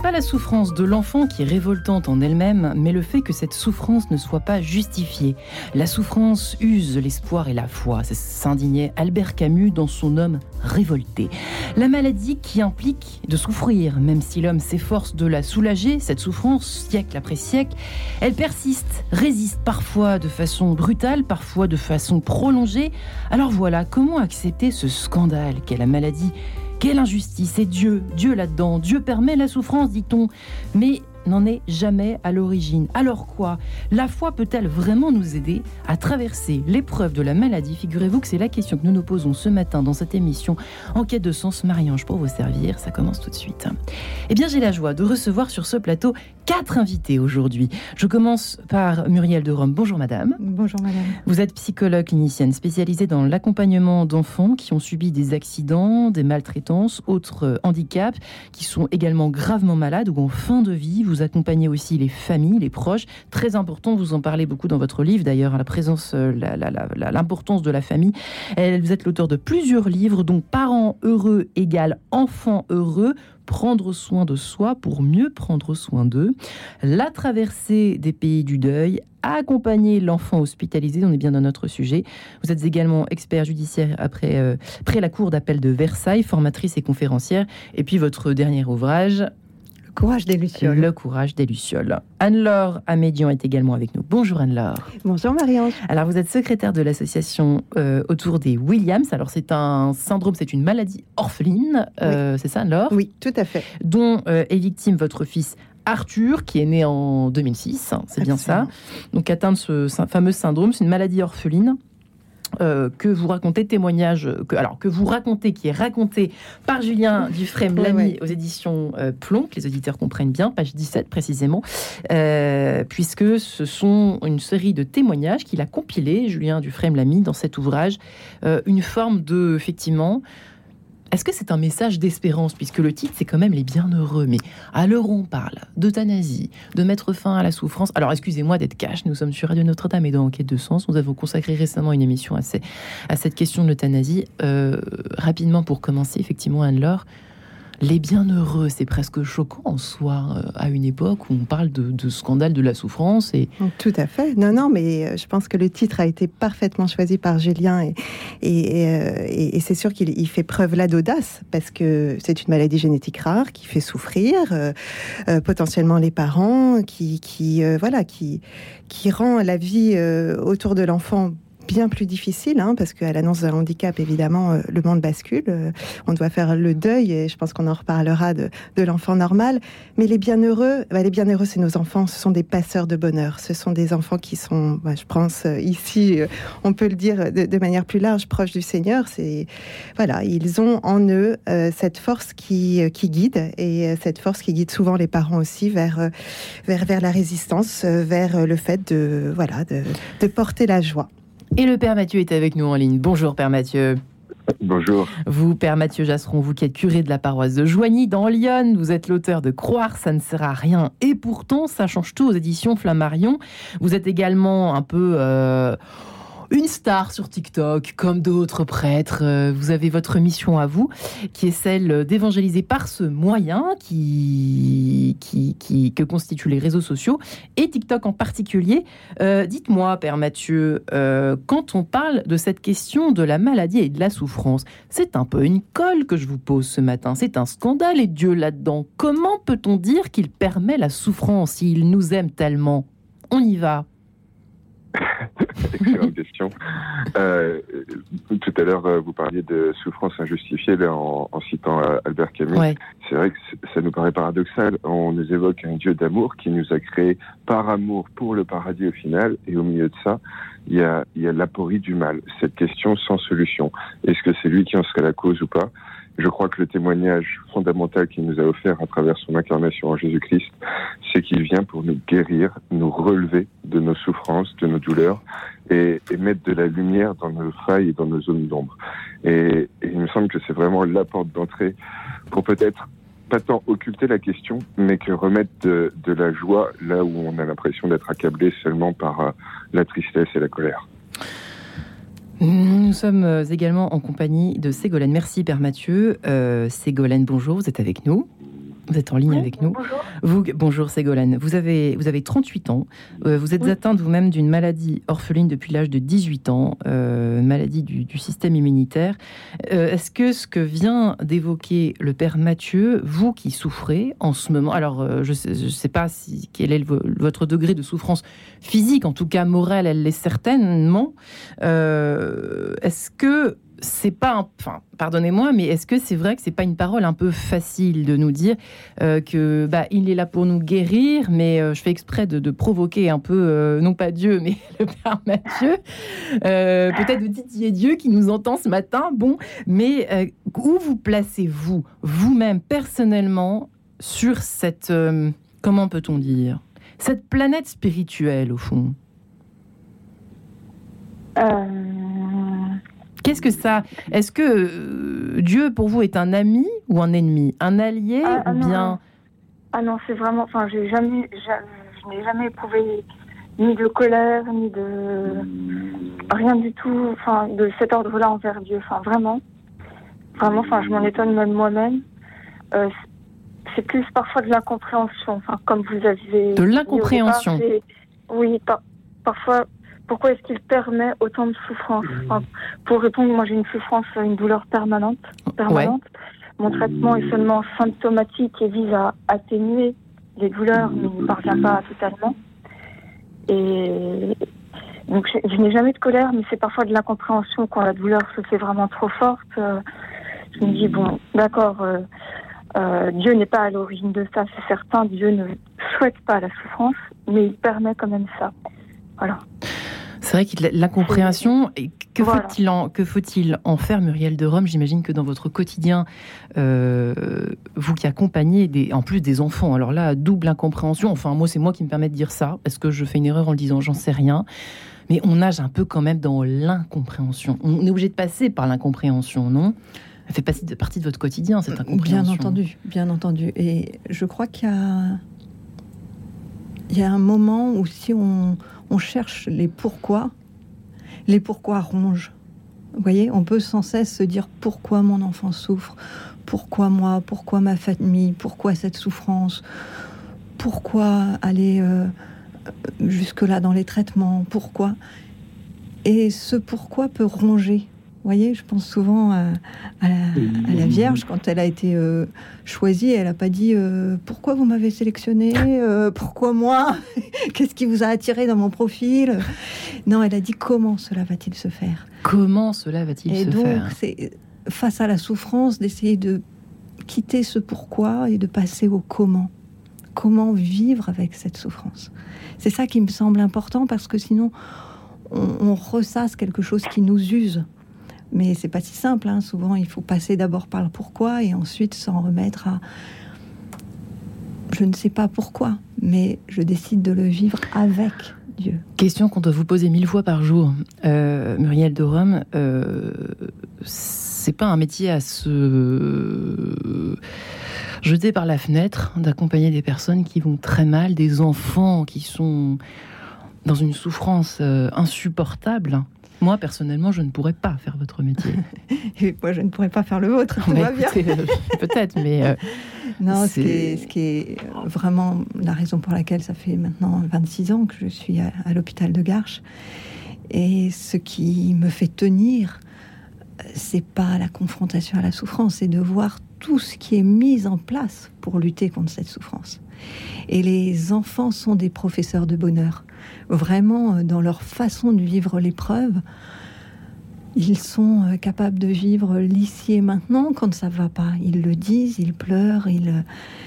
pas la souffrance de l'enfant qui est révoltante en elle-même, mais le fait que cette souffrance ne soit pas justifiée. La souffrance use l'espoir et la foi. C'est s'indignait Albert Camus dans son Homme révolté. La maladie qui implique de souffrir, même si l'homme s'efforce de la soulager, cette souffrance, siècle après siècle, elle persiste, résiste parfois de façon brutale, parfois de façon prolongée. Alors voilà, comment accepter ce scandale qu'est la maladie ? Quelle injustice, et Dieu là-dedans. Dieu permet la souffrance, dit-on, mais n'en est jamais à l'origine. Alors quoi ? La foi peut-elle vraiment nous aider à traverser l'épreuve de la maladie ? Figurez-vous que c'est la question que nous nous posons ce matin dans cette émission En quête de sens. Marie-Ange pour vous servir, ça commence tout de suite. Eh bien, j'ai la joie de recevoir sur ce plateau 4 invités aujourd'hui. Je commence par Muriel de Rome. Bonjour madame. Bonjour madame. Vous êtes psychologue clinicienne spécialisée dans l'accompagnement d'enfants qui ont subi des accidents, des maltraitances, autres handicaps, qui sont également gravement malades ou en fin de vie. Vous accompagnez aussi les familles, les proches. Très important, vous en parlez beaucoup dans votre livre d'ailleurs, la présence, l'importance de la famille. Vous êtes l'auteur de plusieurs livres, dont Parents heureux égale enfants heureux. Prendre soin de soi pour mieux prendre soin d'eux. La traversée des pays du deuil. Accompagner l'enfant hospitalisé, on est bien dans notre sujet. Vous êtes également expert judiciaire après la cour d'appel de Versailles, formatrice et conférencière. Et puis votre dernier ouvrage, Le courage des Lucioles. Le courage des Lucioles. Anne-Laure Amédian est également avec nous. Bonjour Anne-Laure. Bonjour Marie-Ange. Alors vous êtes secrétaire de l'association autour des Williams. Alors c'est un syndrome, c'est une maladie orpheline, oui. C'est ça Anne-Laure ? Oui, tout à fait. Dont est victime votre fils Arthur, qui est né en 2006, c'est bien ça. Donc atteint de ce fameux syndrome, c'est une maladie orpheline. Que vous racontez, qui est raconté par Julien Dufresne-Lamy aux éditions Plomb, que les auditeurs comprennent bien, page 17 précisément, puisque ce sont une série de témoignages qu'il a compilés, Julien Dufresne-Lamy, dans cet ouvrage, une forme de, effectivement... Est-ce que c'est un message d'espérance, puisque le titre, c'est quand même les bienheureux, mais à l'heure où on parle d'euthanasie, de mettre fin à la souffrance... Alors, excusez-moi d'être cash, nous sommes sur Radio Notre-Dame et dans Enquête de Sens. Nous avons consacré récemment une émission à cette question de l'euthanasie. Rapidement, pour commencer, effectivement, Anne-Laure, les bienheureux, c'est presque choquant en soi, à une époque où on parle de scandale de la souffrance. Et... Tout à fait. Non, mais je pense que le titre a été parfaitement choisi par Julien et c'est sûr qu'il fait preuve là d'audace parce que c'est une maladie génétique rare qui fait souffrir potentiellement les parents, qui rend la vie autour de l'enfant bien plus difficile, parce qu'à l'annonce d'un handicap, évidemment, le monde bascule. On doit faire le deuil, et je pense qu'on en reparlera de l'enfant normal. Mais les bienheureux, c'est nos enfants, ce sont des passeurs de bonheur. Ce sont des enfants qui sont, je pense, ici, on peut le dire de manière plus large, proches du Seigneur. Ils ont en eux cette force qui guide, et cette force qui guide souvent les parents aussi vers la résistance, vers le fait de porter la joie. Et le Père Mathieu est avec nous en ligne. Bonjour Père Mathieu. Bonjour. Vous, Père Mathieu Jasseron, vous qui êtes curé de la paroisse de Joigny dans l'Yonne, vous êtes l'auteur de Croire, ça ne sert à rien. Et pourtant, ça change tout aux éditions Flammarion. Vous êtes également un peu... une star sur TikTok, comme d'autres prêtres. Vous avez votre mission à vous, qui est celle d'évangéliser par ce moyen que constituent les réseaux sociaux, et TikTok en particulier. Dites-moi, Père Mathieu, quand on parle de cette question de la maladie et de la souffrance, c'est un peu une colle que je vous pose ce matin. C'est un scandale, et Dieu là-dedans. Comment peut-on dire qu'il permet la souffrance s'il nous aime tellement ? On y va. Excellente question. Tout à l'heure, vous parliez de souffrance injustifiée en citant Albert Camus. Ouais. C'est vrai que ça nous paraît paradoxal. On nous évoque un Dieu d'amour qui nous a créés par amour pour le paradis au final, et au milieu de ça, il y a l'aporie du mal. Cette question sans solution. Est-ce que c'est lui qui en serait la cause ou pas ? Je crois que le témoignage fondamental qu'il nous a offert à travers son incarnation en Jésus-Christ, c'est qu'il vient pour nous guérir, nous relever de nos souffrances, de nos douleurs, et mettre de la lumière dans nos failles et dans nos zones d'ombre. Et il me semble que c'est vraiment la porte d'entrée pour peut-être pas tant occulter la question, mais que remettre de la joie là où on a l'impression d'être accablé seulement par la tristesse et la colère. Nous sommes également en compagnie de Ségolène. Merci Père Mathieu. Ségolène, bonjour, vous êtes avec nous. Vous êtes en ligne avec nous. Bonjour. Bonjour Ségolène. Vous avez 38 ans. Vous êtes atteinte vous-même d'une maladie orpheline depuis l'âge de 18 ans, maladie du système immunitaire. Est-ce que ce que vient d'évoquer le père Mathieu, vous qui souffrez en ce moment, alors je sais pas quel est votre degré de souffrance physique, en tout cas morale, elle l'est certainement. Est-ce que c'est pas, pardonnez-moi, mais est-ce que c'est vrai que c'est pas une parole un peu facile de nous dire que il est là pour nous guérir, mais je fais exprès de provoquer un peu, non pas Dieu, mais le Père Mathieu, peut-être de titiller Dieu qui nous entend ce matin. Bon, mais où vous placez-vous vous-même personnellement sur cette, comment peut-on dire, cette planète spirituelle au fond? Qu'est-ce que ça... Est-ce que Dieu, pour vous, est un ami ou un ennemi? Un allié ou bien... Non, c'est vraiment... Enfin, je n'ai jamais éprouvé ni de colère, ni de... rien du tout, enfin, de cet ordre-là envers Dieu. Enfin, vraiment, enfin, je m'en étonne même moi-même. C'est plus parfois de l'incompréhension. Enfin, comme vous avez... De l'incompréhension. Oui, parfois... Pourquoi est-ce qu'il permet autant de souffrance? Enfin, pour répondre, moi j'ai une souffrance, une douleur permanente. Ouais. Mon traitement est seulement symptomatique et vise à atténuer les douleurs, mais il ne parvient pas totalement. Et donc je n'ai jamais de colère, mais c'est parfois de l'incompréhension quand la douleur se fait vraiment trop forte. Je me dis, bon, d'accord, Dieu n'est pas à l'origine de ça, c'est certain, Dieu ne souhaite pas la souffrance, mais il permet quand même ça. Voilà. C'est vrai que l'incompréhension, que faut-il en faire, Muriel de Rome? J'imagine que dans votre quotidien, vous qui accompagnez en plus des enfants, alors là, double incompréhension, enfin moi c'est moi qui me permets de dire ça, est-ce que je fais une erreur en le disant? J'en sais rien, mais on nage un peu quand même dans l'incompréhension. On est obligé de passer par l'incompréhension, non? Elle fait partie de votre quotidien, cette incompréhension. Bien entendu. Et je crois qu'il y a un moment où si on cherche les pourquoi rongent. Vous voyez, on peut sans cesse se dire pourquoi mon enfant souffre, pourquoi moi, pourquoi ma famille, pourquoi cette souffrance, pourquoi aller jusque-là dans les traitements, pourquoi. Et ce pourquoi peut ronger. Vous voyez, je pense souvent à la Vierge, quand elle a été choisie, elle n'a pas dit pourquoi vous m'avez sélectionné, pourquoi moi, qu'est-ce qui vous a attiré dans mon profil. Non, elle a dit comment cela va-t-il se faire. Comment cela va-t-il se faire. Et donc, c'est face à la souffrance d'essayer de quitter ce pourquoi et de passer au comment. Comment vivre avec cette souffrance. C'est ça qui me semble important, parce que sinon, on ressasse quelque chose qui nous use. Mais c'est pas si simple, hein. Souvent il faut passer d'abord par le pourquoi et ensuite s'en remettre à je ne sais pas pourquoi, mais je décide de le vivre avec Dieu. Question qu'on doit vous poser 1000 fois par jour, Muriel de Rome. C'est pas un métier à se jeter par la fenêtre, d'accompagner des personnes qui vont très mal, des enfants qui sont dans une souffrance insupportable. Moi, personnellement, je ne pourrais pas faire votre métier. Et moi, je ne pourrais pas faire le vôtre. Tout va bien. Peut-être, mais... non, ce qui est vraiment la raison pour laquelle ça fait maintenant 26 ans que je suis à l'hôpital de Garches. Et ce qui me fait tenir, c'est pas la confrontation à la souffrance, c'est de voir tout ce qui est mis en place pour lutter contre cette souffrance. Et les enfants sont des professeurs de bonheur. Vraiment, dans leur façon de vivre l'épreuve, ils sont capables de vivre l'ici et maintenant quand ça va pas. Ils le disent, ils pleurent, ils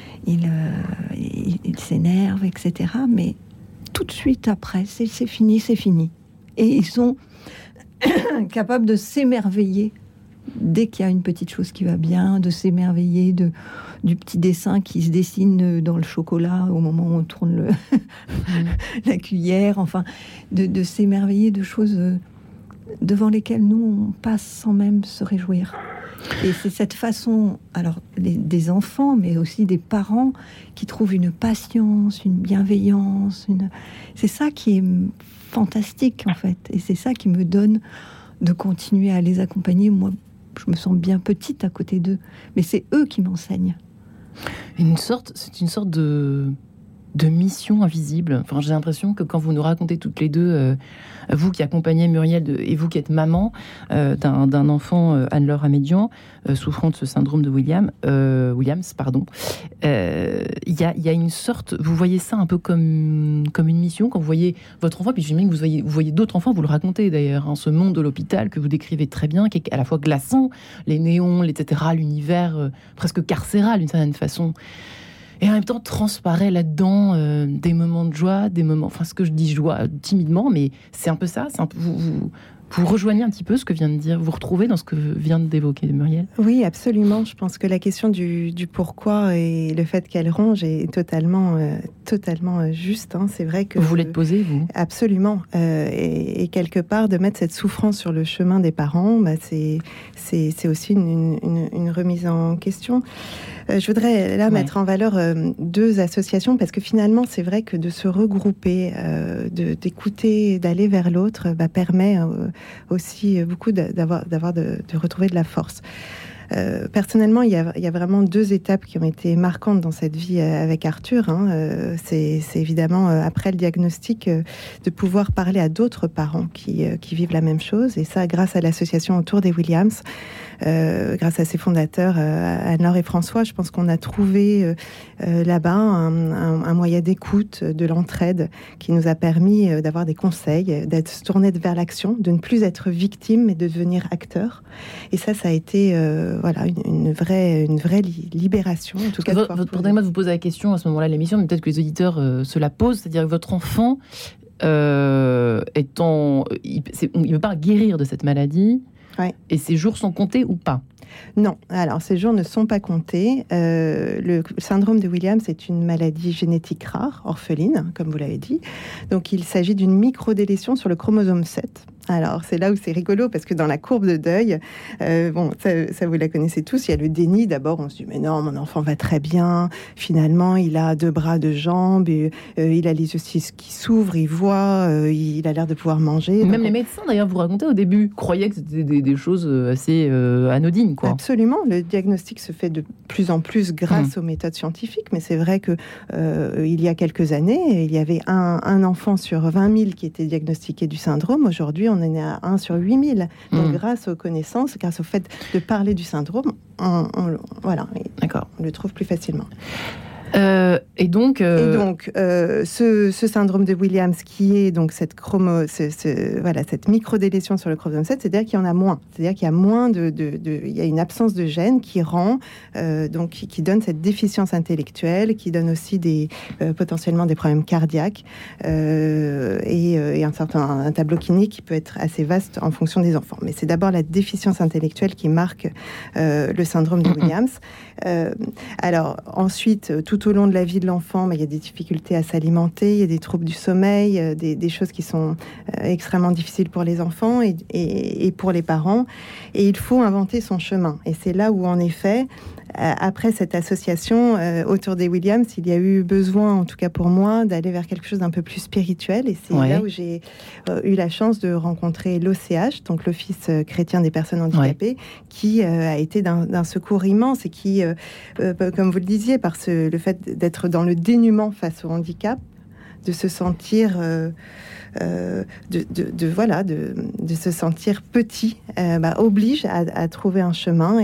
s'énervent, etc. Mais tout de suite après, c'est fini. Et ils sont capables de s'émerveiller dès qu'il y a une petite chose qui va bien, de s'émerveiller du petit dessin qui se dessine dans le chocolat au moment où on tourne la cuillère, enfin, de s'émerveiller de choses devant lesquelles nous, on passe sans même se réjouir. Et c'est cette façon, alors des enfants, mais aussi des parents, qui trouvent une patience, une bienveillance, c'est ça qui est fantastique, en fait. Et c'est ça qui me donne de continuer à les accompagner. Moi, je me sens bien petite à côté d'eux, mais c'est eux qui m'enseignent. C'est une sorte de mission invisible. Enfin, j'ai l'impression que quand vous nous racontez toutes les deux, vous qui accompagnez Muriel et vous qui êtes maman d'un enfant, Anne-Laure Amédian, souffrant de ce syndrome de Williams, il y a une sorte... Vous voyez ça un peu comme une mission quand vous voyez votre enfant, puis j'imagine que vous voyez d'autres enfants, vous le racontez d'ailleurs, ce monde de l'hôpital que vous décrivez très bien, qui est à la fois glaçant, les néons, etc., l'univers presque carcéral d'une certaine façon. Et en même temps, transparaît là-dedans des moments de joie, des moments... Enfin, ce que je dis joie timidement, mais c'est un peu ça. C'est un peu, vous rejoignez un petit peu ce que vient de dire, vous retrouvez dans ce que vient d'évoquer Muriel ? Oui, absolument. Je pense que la question du pourquoi et le fait qu'elle ronge est totalement juste. C'est vrai que... Vous voulez te poser, vous ? Absolument. Et quelque part, de mettre cette souffrance sur le chemin des parents, c'est aussi une remise en question. Je voudrais là mettre en valeur deux associations, parce que finalement, c'est vrai que de se regrouper, d'écouter, d'aller vers l'autre, permet aussi beaucoup de retrouver de la force. Personnellement, il y a vraiment deux étapes qui ont été marquantes dans cette vie avec Arthur. C'est évidemment, après le diagnostic, de pouvoir parler à d'autres parents qui vivent la même chose. Et ça, grâce à l'association Autour des Williams, grâce à ses fondateurs, Anne-Laure et François, je pense qu'on a trouvé là-bas un moyen d'écoute, de l'entraide, qui nous a permis d'avoir des conseils, d'être tourné vers l'action, de ne plus être victime, mais de devenir acteur. Et ça a été... une vraie libération. En tout cas, pardonnez-moi de vous poser la question à ce moment-là de l'émission, mais peut-être que les auditeurs se la posent, c'est-à-dire que votre enfant il ne veut pas guérir de cette maladie, et ses jours sont comptés ou pas ? Non, alors ces jours ne sont pas comptés. Le syndrome de Williams est une maladie génétique rare, orpheline, comme vous l'avez dit. Donc il s'agit d'une microdélétion sur le chromosome 7. Alors c'est là où c'est rigolo, parce que dans la courbe de deuil, ça vous la connaissez tous, il y a le déni. D'abord on se dit mais non, mon enfant va très bien, finalement il a 2 bras, 2 jambes, et, il a les yeux qui s'ouvrent, il voit, il a l'air de pouvoir manger. Même les médecins d'ailleurs, vous racontez au début, croyaient que c'était des choses assez anodines, quoi. Absolument, le diagnostic se fait de plus en plus grâce aux méthodes scientifiques, mais c'est vrai que il y a quelques années, il y avait un enfant sur 20 000 qui était diagnostiqué du syndrome. Aujourd'hui, on est à 1 sur 8 000. Donc, grâce aux connaissances, grâce au fait de parler du syndrome, on le trouve plus facilement. Et donc, ce syndrome de Williams, qui est donc cette microdélétion sur le chromosome 7, c'est-à-dire qu'il y en a moins. C'est-à-dire qu'il y a moins il y a une absence de gènes qui rend, qui donne cette déficience intellectuelle, qui donne aussi potentiellement des problèmes cardiaques, et un tableau clinique qui peut être assez vaste en fonction des enfants. Mais c'est d'abord la déficience intellectuelle qui marque le syndrome de Williams. Alors ensuite, tout au long de la vie de l'enfant, il y a des difficultés à s'alimenter, il y a des troubles du sommeil, des choses qui sont extrêmement difficiles pour les enfants et pour les parents. Et il faut inventer son chemin. Et c'est là où, en effet, après cette association Autour des Williams, il y a eu besoin, en tout cas pour moi, d'aller vers quelque chose d'un peu plus spirituel. Et c'est là où j'ai eu la chance de rencontrer l'OCH, donc l'Office chrétien des personnes handicapées, qui a été d'un secours immense et qui, comme vous le disiez, par le fait d'être dans le dénuement face au handicap, de se sentir... de se sentir petit, oblige à trouver un chemin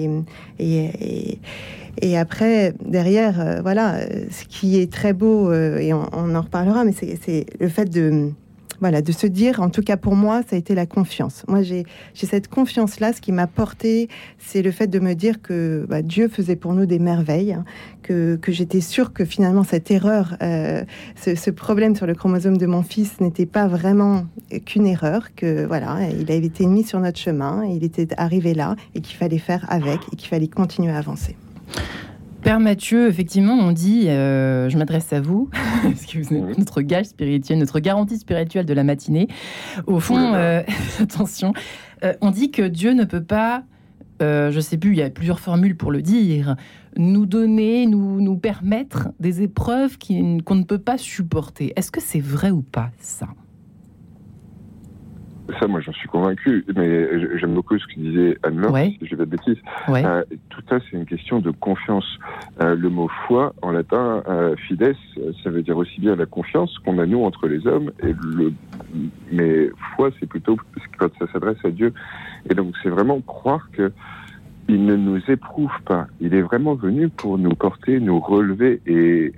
et après derrière ce qui est très beau et on en reparlera, mais c'est le fait de se dire, en tout cas pour moi, ça a été la confiance. Moi, j'ai cette confiance-là. Ce qui m'a portée, c'est le fait de me dire que Dieu faisait pour nous des merveilles, que j'étais sûre que finalement cette erreur, ce problème sur le chromosome de mon fils n'était pas vraiment qu'une erreur, que il avait été mis sur notre chemin, il était arrivé là et qu'il fallait faire avec et qu'il fallait continuer à avancer. Père Mathieu, effectivement, on dit, je m'adresse à vous, parce que vous êtes notre gage spirituel, notre garantie spirituelle de la matinée. Au fond, attention, on dit que Dieu ne peut pas, je ne sais plus, il y a plusieurs formules pour le dire, nous donner, nous permettre des épreuves qu'on ne peut pas supporter. Est-ce que c'est vrai ou pas, ça ? Ça, moi, j'en suis convaincu, mais j'aime beaucoup ce que disait Anne-Laure, si je dis pas de bêtises. Tout ça, c'est une question de confiance. Le mot foi, en latin, fides, ça veut dire aussi bien la confiance qu'on a, nous, entre les hommes, mais foi, c'est plutôt quand ça s'adresse à Dieu. Et donc, c'est vraiment croire que il ne nous éprouve pas. Il est vraiment venu pour nous porter, nous relever, et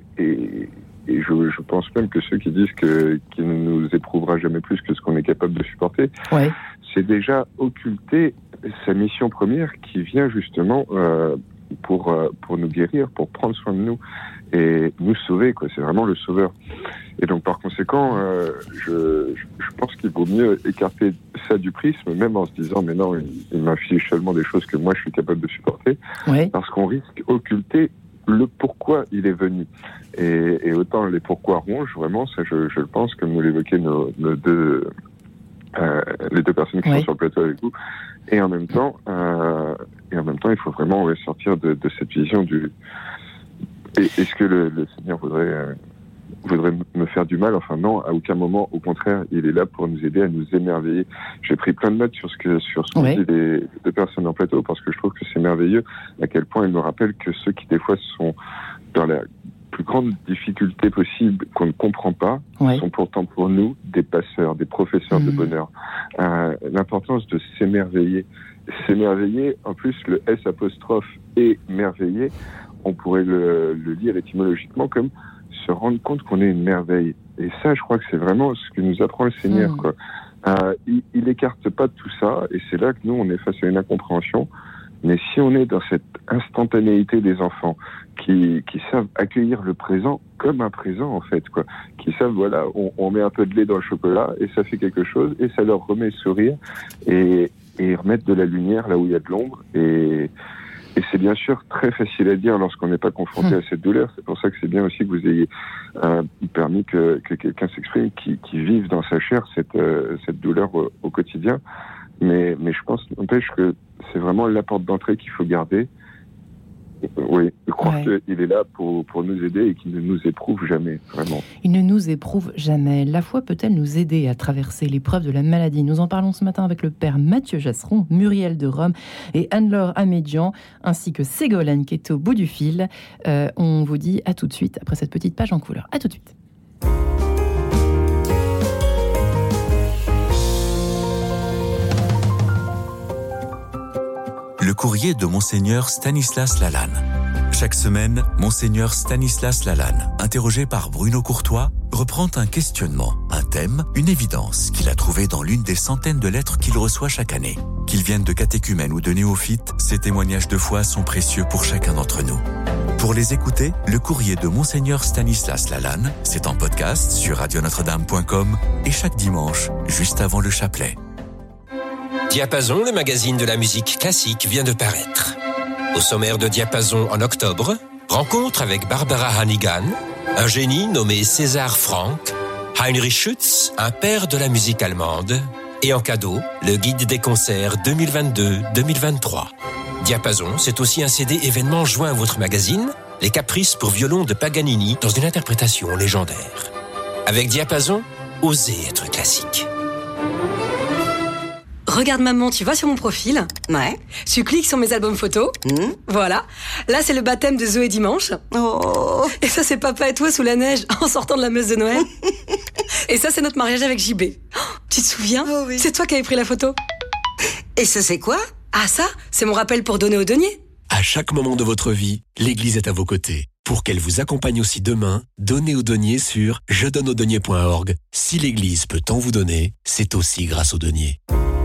je pense même que ceux qui disent qu'il ne nous éprouvera jamais plus que ce qu'on est capable de supporter, c'est déjà occulter sa mission première qui vient justement pour nous guérir, pour prendre soin de nous et nous sauver, quoi. C'est vraiment le sauveur. Et donc par conséquent, je pense qu'il vaut mieux écarter ça du prisme, même en se disant mais non, il m'affiche seulement des choses que moi je suis capable de supporter, parce qu'on risque d'occulter le pourquoi il est venu. Et autant les pourquoi ronges, vraiment, ça je le pense, comme nous l'évoquaient les deux personnes qui sont sur le plateau avec vous. Et en même temps, il faut vraiment sortir de cette vision du. Est-ce que le Seigneur voudrait me faire du mal? Enfin non, à aucun moment. Au contraire, il est là pour nous aider à nous émerveiller. J'ai pris plein de notes sur ce qu'ont dit les deux personnes en plateau, parce que je trouve que c'est merveilleux à quel point ils me rappellent que ceux qui des fois sont dans la plus grande difficulté possible, qu'on ne comprend pas, sont pourtant pour nous des passeurs, des professeurs de bonheur. L'importance de s'émerveiller. S'émerveiller, en plus le S apostrophe et merveiller, on pourrait le lire étymologiquement comme se rendre compte qu'on est une merveille. Et ça, je crois que c'est vraiment ce que nous apprend le Seigneur, quoi. Il écarte pas tout ça, et c'est là que nous, on est face à une incompréhension. Mais si on est dans cette instantanéité des enfants qui savent accueillir le présent comme un présent, en fait, quoi, qui savent, voilà, on met un peu de lait dans le chocolat et ça fait quelque chose, et ça leur remet sourire et remettre de la lumière là où il y a de l'ombre. Et c'est bien sûr très facile à dire lorsqu'on n'est pas confronté à cette douleur. C'est pour ça que c'est bien aussi que vous ayez permis que quelqu'un s'exprime, qui vive dans sa chair cette douleur au quotidien. Mais je pense, n'empêche que c'est vraiment la porte d'entrée qu'il faut garder. Oui, je crois qu'il est là pour nous aider et qu'il ne nous éprouve jamais, vraiment. Il ne nous éprouve jamais. La foi peut-elle nous aider à traverser l'épreuve de la maladie? Nous en parlons ce matin avec le père Mathieu Jasseron, Muriel de Rome et Anne-Laure Amédian, ainsi que Ségolène qui est au bout du fil. On vous dit à tout de suite, après cette petite page en couleur. À tout de suite. Le courrier de Monseigneur Stanislas Lalanne. Chaque semaine, Monseigneur Stanislas Lalanne, interrogé par Bruno Courtois, reprend un questionnement, un thème, une évidence qu'il a trouvé dans l'une des centaines de lettres qu'il reçoit chaque année. Qu'ils viennent de catéchumènes ou de néophytes, ces témoignages de foi sont précieux pour chacun d'entre nous. Pour les écouter, le courrier de Monseigneur Stanislas Lalanne, c'est en podcast sur radionotre-dame.com et chaque dimanche, juste avant le chapelet. Diapason, le magazine de la musique classique, vient de paraître. Au sommaire de Diapason en octobre, rencontre avec Barbara Hannigan, un génie nommé César Franck, Heinrich Schütz, un père de la musique allemande, et en cadeau, le guide des concerts 2022-2023. Diapason, c'est aussi un CD événement joint à votre magazine, Les Caprices pour violon de Paganini dans une interprétation légendaire. Avec Diapason, osez être classique. Regarde maman, tu vas sur mon profil. Ouais. Tu cliques sur mes albums photos. Voilà. Là, c'est le baptême de Zoé dimanche. Oh. Et ça, c'est papa et toi sous la neige en sortant de la messe de Noël. Et ça, c'est notre mariage avec JB. Oh, tu te souviens? Oh oui. C'est toi qui avais pris la photo. Et ça, c'est quoi? Ah ça, c'est mon rappel pour donner au denier. À chaque moment de votre vie, l'Église est à vos côtés. Pour qu'elle vous accompagne aussi demain, donnez au denier sur jedonneaudenier.org. Si l'Église peut tant vous donner, c'est aussi grâce au denier.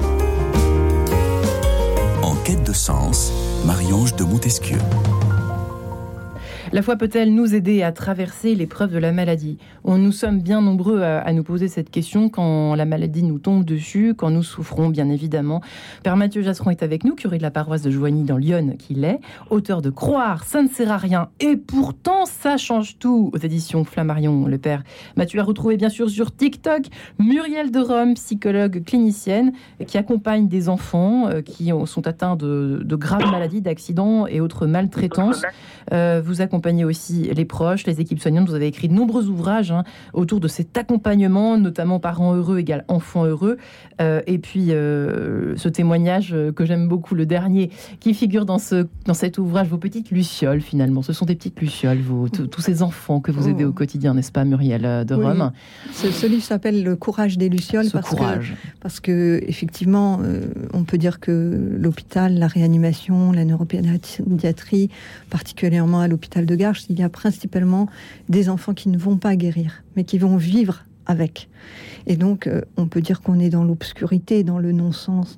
En quête de sens, Marie-Ange de Montesquieu. La foi peut-elle nous aider à traverser l'épreuve de la maladie? Nous sommes bien nombreux à nous poser cette question quand la maladie nous tombe dessus, quand nous souffrons, bien évidemment. Père Mathieu Jasseron est avec nous, curé de la paroisse de Joigny dans l'Yonne qu'il est, auteur de Croire, ça ne sert à rien, et pourtant ça change tout, aux éditions Flammarion. Le père Mathieu a retrouvé bien sûr sur TikTok Muriel de Rome, psychologue clinicienne, qui accompagne des enfants qui sont atteints de graves maladies, d'accidents et autres maltraitances. Vous accompagnez accompagnez aussi les proches, les équipes soignantes. Vous avez écrit de nombreux ouvrages autour de cet accompagnement, notamment Parents heureux égale enfants heureux. Et puis, ce témoignage que j'aime beaucoup, le dernier, qui figure dans cet ouvrage, vos petites lucioles, finalement. Ce sont des petites lucioles, tous ces enfants que vous aidez au quotidien, n'est-ce pas, Muriel de Rome? Ce livre s'appelle Le courage des lucioles parce que effectivement, on peut dire que l'hôpital, la réanimation, la neuropédiatrie, particulièrement à l'hôpital de Garches, il y a principalement des enfants qui ne vont pas guérir, mais qui vont vivre avec. Et donc, on peut dire qu'on est dans l'obscurité, dans le non-sens,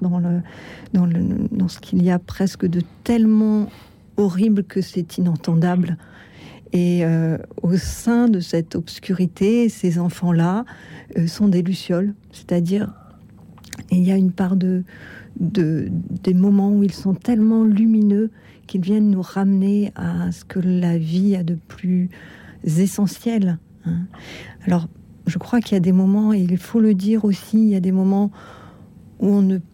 dans ce qu'il y a presque de tellement horrible que c'est inentendable. Et au sein de cette obscurité, ces enfants-là sont des lucioles, c'est-à-dire il y a une part des moments où ils sont tellement lumineux qu'ils viennent nous ramener à ce que la vie a de plus essentiel. Alors, je crois qu'il y a des moments, et il faut le dire aussi, il y a des moments où on ne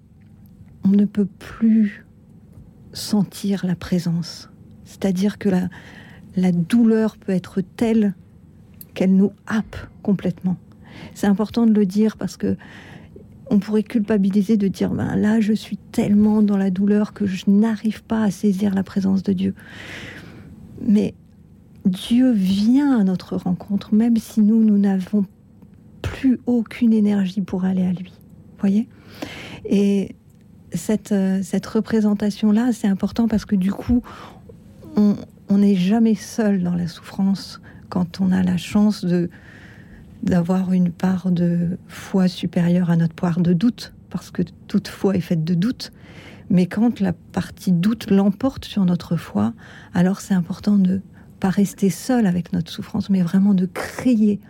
peut plus sentir la présence. C'est-à-dire que la douleur peut être telle qu'elle nous happe complètement. C'est important de le dire parce que on pourrait culpabiliser de dire là je suis tellement dans la douleur que je n'arrive pas à saisir la présence de Dieu. Mais Dieu vient à notre rencontre même si nous n'avons plus aucune énergie pour aller à lui. Vous voyez ? Et cette représentation-là, c'est important parce que du coup, on n'est jamais seul dans la souffrance quand on a la chance d'avoir une part de foi supérieure à notre part de doute, parce que toute foi est faite de doute. Mais quand la partie doute l'emporte sur notre foi, alors c'est important de pas rester seul avec notre souffrance, mais vraiment de crier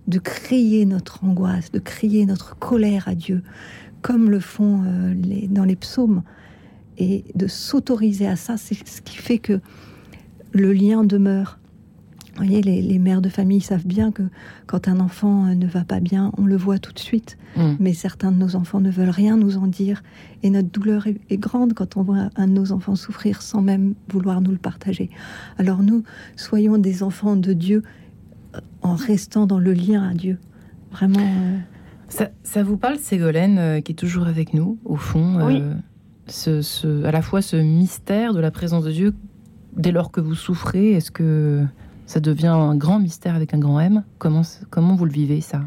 notre angoisse, de crier notre colère à Dieu, comme le font dans les psaumes, et de s'autoriser à ça. C'est ce qui fait que le lien demeure. Vous voyez, les mères de famille savent bien que quand un enfant ne va pas bien, on le voit tout de suite. Mais certains de nos enfants ne veulent rien nous en dire. Et notre douleur est grande quand on voit un de nos enfants souffrir sans même vouloir nous le partager. Alors nous, soyons des enfants de Dieu en restant dans le lien à Dieu. Vraiment... Ça vous parle, Ségolène, qui est toujours avec nous, au fond, oui. À la fois ce mystère de la présence de Dieu, dès lors que vous souffrez, est-ce que ça devient un grand mystère avec un grand M? Comment vous le vivez, ça?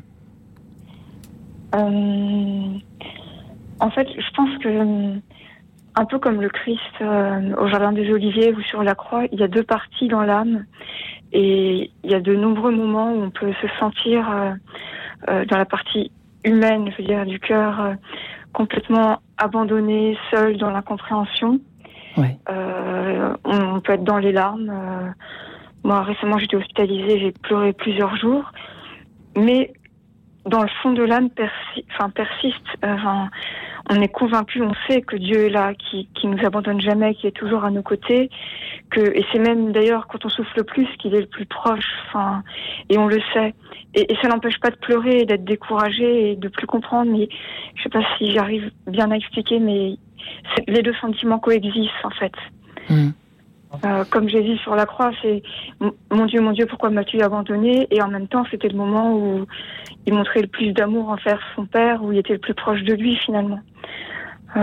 En fait, je pense que, un peu comme le Christ au Jardin des Oliviers ou sur la croix, il y a deux parties dans l'âme. Et il y a de nombreux moments où on peut se sentir dans la partie humaine, je veux dire, du cœur, complètement abandonné, seul dans l'incompréhension. Ouais. On peut être dans les larmes. Moi, récemment, j'étais hospitalisée, j'ai pleuré plusieurs jours. Mais dans le fond de l'âme persiste. On est convaincu, on sait que Dieu est là, qui nous abandonne jamais, qui est toujours à nos côtés. Et c'est même d'ailleurs quand on souffre le plus qu'il est le plus proche. Et on le sait. Et ça n'empêche pas de pleurer, d'être découragé et de plus comprendre. Mais je sais pas si j'arrive bien à expliquer, mais les deux sentiments coexistent en fait. Comme j'ai dit sur la croix, c'est mon Dieu, pourquoi m'as-tu abandonné? Et en même temps, c'était le moment où il montrait le plus d'amour envers son père, où il était le plus proche de lui finalement. Ça,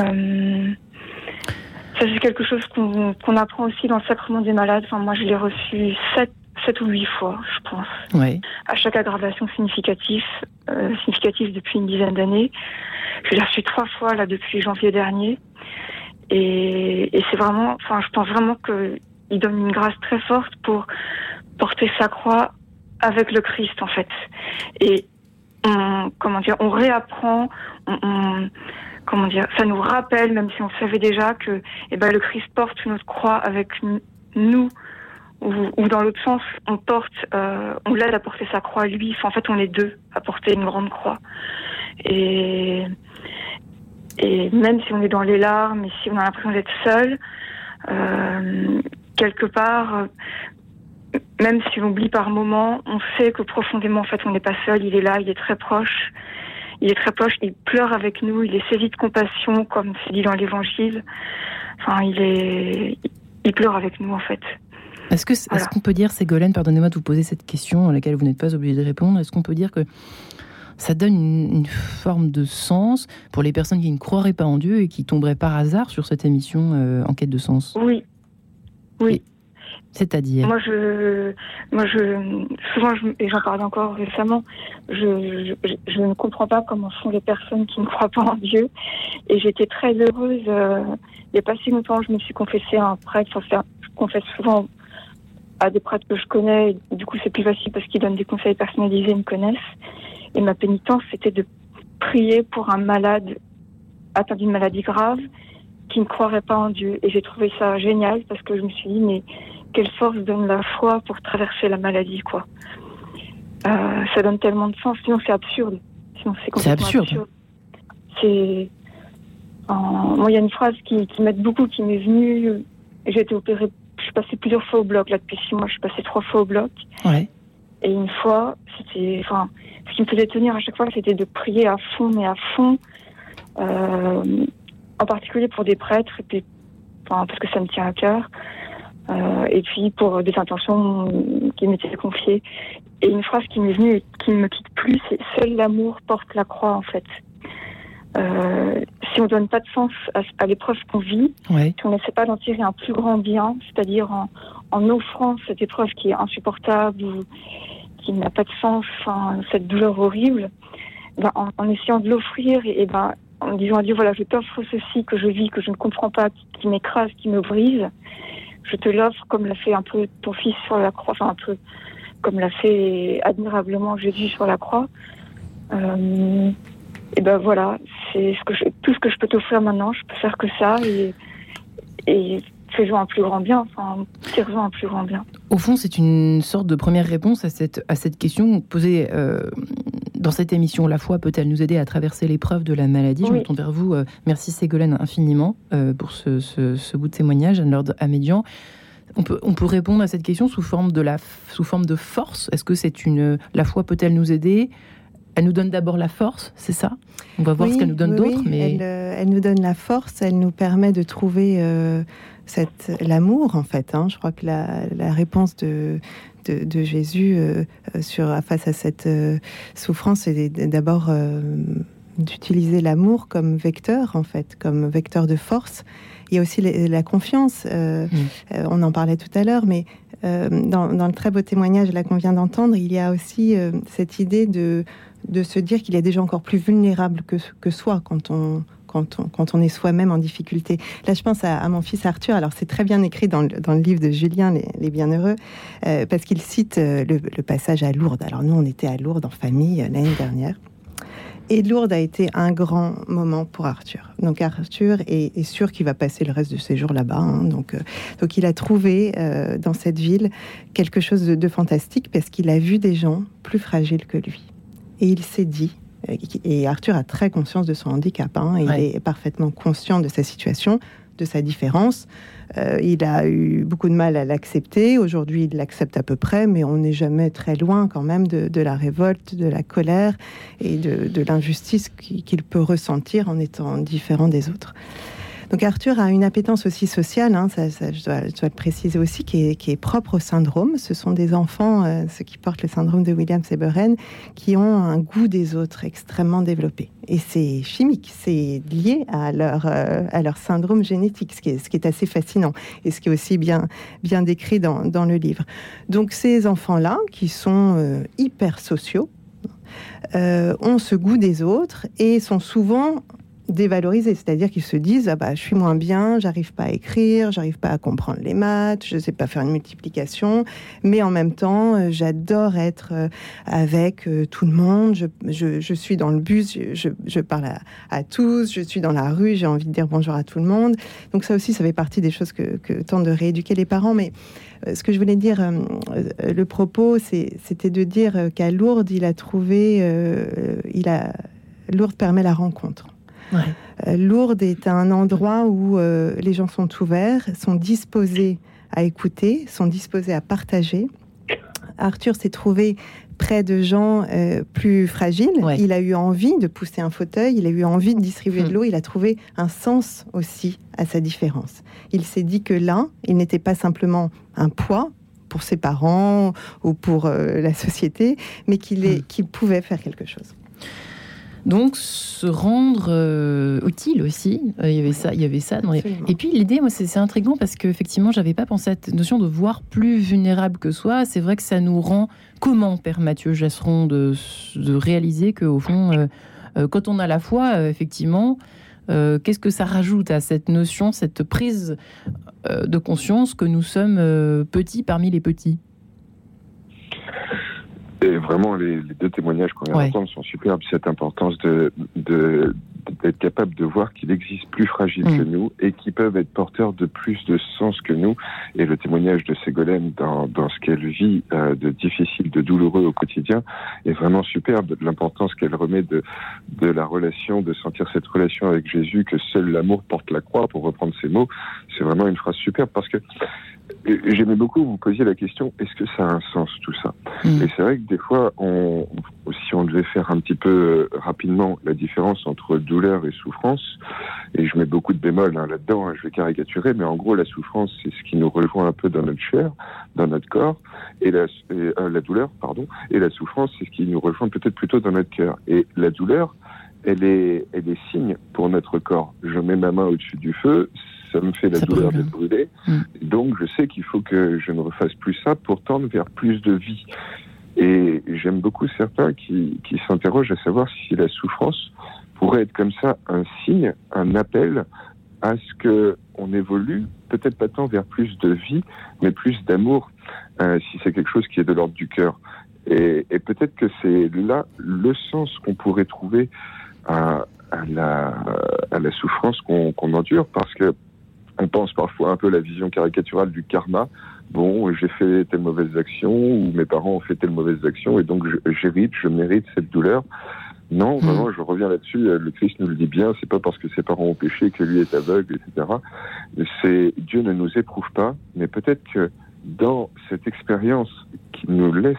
c'est quelque chose qu'on apprend aussi dans le sacrement des malades. Moi, je l'ai reçu 7 ou 8 fois, je pense. Oui. À chaque aggravation significative depuis une dizaine d'années. Je l'ai reçu 3 fois là depuis janvier dernier. Et c'est vraiment, je pense vraiment qu'il donne une grâce très forte pour porter sa croix avec le Christ, en fait. Et on réapprend, ça nous rappelle, même si on savait déjà que, le Christ porte notre croix avec nous, ou dans l'autre sens, on l'aide à porter sa croix lui. En fait, on est deux à porter une grande croix. Et même si on est dans les larmes et si on a l'impression d'être seul, quelque part, même si on oublie par moments, on sait que profondément, en fait, on n'est pas seul. Il est là, il est très proche. Il pleure avec nous, il est saisi de compassion, comme c'est dit dans l'Évangile. Il pleure avec nous, en fait. Est-ce qu'on peut dire, Ségolène, pardonnez-moi de vous poser cette question à laquelle vous n'êtes pas obligée de répondre, est-ce qu'on peut dire que ça donne une forme de sens pour les personnes qui ne croiraient pas en Dieu et qui tomberaient par hasard sur cette émission En quête de sens? Oui. C'est-à-dire? Moi, souvent, et j'en parlais encore récemment, je ne comprends pas comment sont les personnes qui ne croient pas en Dieu. Et j'étais très heureuse. Il n'y a pas si longtemps, je me suis confessée à un prêtre. Enfin, je confesse souvent à des prêtres que je connais. Du coup, c'est plus facile parce qu'ils donnent des conseils personnalisés, ils me connaissent. Et ma pénitence, c'était de prier pour un malade atteint d'une maladie grave qui ne croirait pas en Dieu. Et j'ai trouvé ça génial parce que je me suis dit, mais quelle force donne la foi pour traverser la maladie, quoi. Ça donne tellement de sens, sinon c'est absurde. C'est absurde. Moi, il y a une phrase qui m'aide beaucoup, qui m'est venue. J'ai été opérée, je suis passée plusieurs fois au bloc. Là, depuis 6 mois, je suis passée 3 fois au bloc. Ouais. Et une fois, ce qui me faisait tenir à chaque fois, c'était de prier à fond, mais à fond. En particulier pour des prêtres, et puis, parce que ça me tient à cœur. Et puis pour des intentions qui m'étaient confiées. Et une phrase qui m'est venue et qui ne me quitte plus, c'est « Seul l'amour porte la croix », en fait. Si on ne donne pas de sens à l'épreuve qu'on vit, si on n'essaie pas d'en tirer un plus grand bien, c'est-à-dire en offrant cette épreuve qui est insupportable ou qui n'a pas de sens, cette douleur horrible, en essayant de l'offrir et en disant à Dieu, voilà, je t'offre ceci que je vis, que je ne comprends pas, qui m'écrase, qui me brise, je te l'offre comme l'a fait un peu ton fils sur la croix, un peu comme l'a fait admirablement Jésus sur la croix. Et voilà, c'est tout ce que je peux t'offrir maintenant, je peux faire que ça et faisons un plus grand bien, tirons un plus grand bien. Au fond, c'est une sorte de première réponse à cette question posée dans cette émission. La foi peut-elle nous aider à traverser l'épreuve de la maladie? Oui. Je me tourne vers vous. Merci Ségolène infiniment pour ce bout de témoignage. Anne-Laure Amédian. On peut répondre à cette question sous forme de force. Est-ce que la foi peut-elle nous aider? Elle nous donne d'abord la force, c'est ça? On va voir ce qu'elle nous donne d'autre. Mais... Elle nous donne la force, elle nous permet de trouver l'amour, en fait. Je crois que la réponse de Jésus face à cette souffrance, c'est d'abord d'utiliser l'amour comme vecteur, en fait, comme vecteur de force. Il y a aussi la confiance. On en parlait tout à l'heure, mais dans le très beau témoignage là qu'on vient d'entendre, il y a aussi cette idée de se dire qu'il y a des gens encore plus vulnérables que soi quand on est soi-même en difficulté. Là, je pense à mon fils Arthur. Alors, c'est très bien écrit dans le livre de Julien, Les Bienheureux, parce qu'il cite le passage à Lourdes. Alors, nous, on était à Lourdes en famille l'année dernière. Et Lourdes a été un grand moment pour Arthur. Donc Arthur est sûr qu'il va passer le reste de ses jours là-bas. Donc il a trouvé dans cette ville quelque chose de fantastique parce qu'il a vu des gens plus fragiles que lui. Et il s'est dit, et Arthur a très conscience de son handicap, il est parfaitement conscient de sa situation, de sa différence. Il a eu beaucoup de mal à l'accepter. Aujourd'hui, il l'accepte à peu près, mais on n'est jamais très loin quand même de la révolte, de la colère et de l'injustice qu'il peut ressentir en étant différent des autres. Donc Arthur a une appétence aussi sociale, je dois le préciser aussi, qui est propre au syndrome. Ce sont des enfants, ceux qui portent le syndrome de Williams-Eberen, qui ont un goût des autres extrêmement développé. Et c'est chimique, c'est lié à leur syndrome génétique, ce qui est assez fascinant et ce qui est aussi bien décrit dans le livre. Donc ces enfants-là, qui sont hyper sociaux, ont ce goût des autres et sont souvent dévalorisés, c'est-à-dire qu'ils se disent je suis moins bien, j'arrive pas à écrire, j'arrive pas à comprendre les maths, je sais pas faire une multiplication, mais en même temps j'adore être avec tout le monde, je suis dans le bus, je parle à tous, je suis dans la rue, j'ai envie de dire bonjour à tout le monde. Donc ça aussi, ça fait partie des choses que tentent de rééduquer les parents. Mais ce que je voulais dire, le propos, c'était de dire qu'à Lourdes, il a trouvé, Lourdes permet la rencontre. Ouais. Lourdes est un endroit où les gens sont ouverts, sont disposés à écouter, sont disposés à partager. Arthur s'est trouvé près de gens plus fragiles. Ouais. Il a eu envie de pousser un fauteuil, il a eu envie de distribuer de l'eau, il a trouvé un sens aussi à sa différence. Il s'est dit que là, il n'était pas simplement un poids pour ses parents ou pour la société, mais qu'il pouvait faire quelque chose. Donc, se rendre utile aussi. Il y avait ça. Et puis, l'idée, moi, c'est intriguant parce qu'effectivement, j'avais pas pensé à cette notion de voir plus vulnérable que soi. C'est vrai que ça nous rend... Comment, Père Mathieu Jasseron, de réaliser qu'au fond, quand on a la foi, effectivement, qu'est-ce que ça rajoute à cette notion, cette prise de conscience que nous sommes petits parmi les petits ? Et vraiment, les deux témoignages qu'on vient d'entendre sont superbes. Cette importance d'être capable de voir qu'il existe plus fragiles que nous et qui peuvent être porteurs de plus de sens que nous. Et le témoignage de Ségolène dans ce qu'elle vit de difficile, de douloureux au quotidien est vraiment superbe. L'importance qu'elle remet de la relation, de sentir cette relation avec Jésus, que seul l'amour porte la croix, pour reprendre ces mots, c'est vraiment une phrase superbe parce que j'aimais beaucoup vous posiez la question, est-ce que ça a un sens tout ça ? Et c'est vrai que des fois, si on devait faire un petit peu rapidement la différence entre douleur et souffrance, et je mets beaucoup de bémols là-dedans, je vais caricaturer, mais en gros la souffrance c'est ce qui nous rejoint un peu dans notre chair, dans notre corps, et la douleur, et la souffrance c'est ce qui nous rejoint peut-être plutôt dans notre cœur. Et la douleur, elle est signe pour notre corps. Je mets ma main au-dessus du feu, ça me fait la douleur de brûler. Donc je sais qu'il faut que je ne refasse plus ça pour tendre vers plus de vie. Et j'aime beaucoup certains qui s'interrogent à savoir si la souffrance pourrait être comme ça un signe, un appel à ce qu'on évolue, peut-être pas tant vers plus de vie, mais plus d'amour, si c'est quelque chose qui est de l'ordre du cœur. Et peut-être que c'est là le sens qu'on pourrait trouver à la souffrance qu'on endure, parce que on pense parfois un peu à la vision caricaturale du karma. Bon, j'ai fait telle mauvaise action, ou mes parents ont fait telle mauvaise action, et donc j'hérite, je mérite cette douleur. Non, vraiment, je reviens là-dessus. Le Christ nous le dit bien, c'est pas parce que ses parents ont péché que lui est aveugle, etc. Dieu ne nous éprouve pas, mais peut-être que dans cette expérience qui nous laisse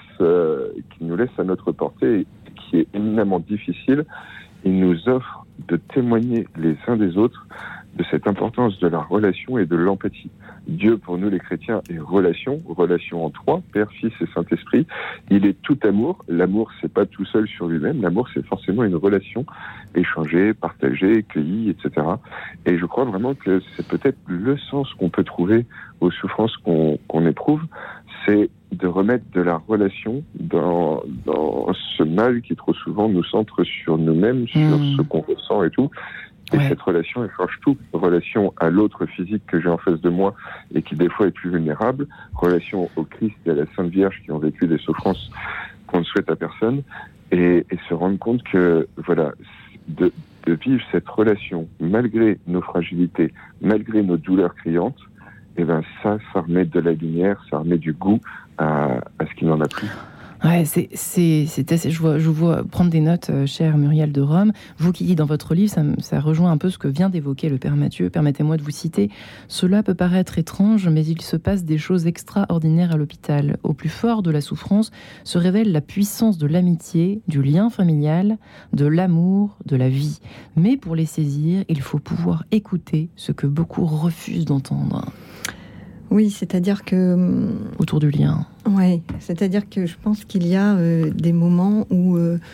à notre portée, qui est éminemment difficile, il nous offre de témoigner les uns des autres de cette importance de la relation et de l'empathie. Dieu, pour nous les chrétiens, est relation en trois, Père, Fils et Saint-Esprit. Il est tout amour. L'amour, c'est pas tout seul sur lui-même. L'amour, c'est forcément une relation échangée, partagée, cueillie, etc. Et je crois vraiment que c'est peut-être le sens qu'on peut trouver aux souffrances qu'on éprouve, c'est de remettre de la relation dans ce mal qui trop souvent nous centre sur nous-mêmes, sur ce qu'on ressent et tout. Et cette relation, elle change tout. Relation à l'autre physique que j'ai en face de moi et qui des fois est plus vulnérable. Relation au Christ et à la Sainte Vierge qui ont vécu des souffrances qu'on ne souhaite à personne. Et se rendre compte que, voilà, de vivre cette relation malgré nos fragilités, malgré nos douleurs criantes, et ben ça remet de la lumière, ça remet du goût à ce qui n'en a plus. Ouais, c'est assez. Je vous vois prendre des notes, chère Muriel de Rome. Vous qui dites dans votre livre, ça rejoint un peu ce que vient d'évoquer le Père Mathieu. Permettez-moi de vous citer. Cela peut paraître étrange, mais il se passe des choses extraordinaires à l'hôpital. Au plus fort de la souffrance se révèle la puissance de l'amitié, du lien familial, de l'amour, de la vie. Mais pour les saisir, il faut pouvoir écouter ce que beaucoup refusent d'entendre. Oui, c'est-à-dire que... Autour du lien. Oui, c'est-à-dire que je pense qu'il y a des moments où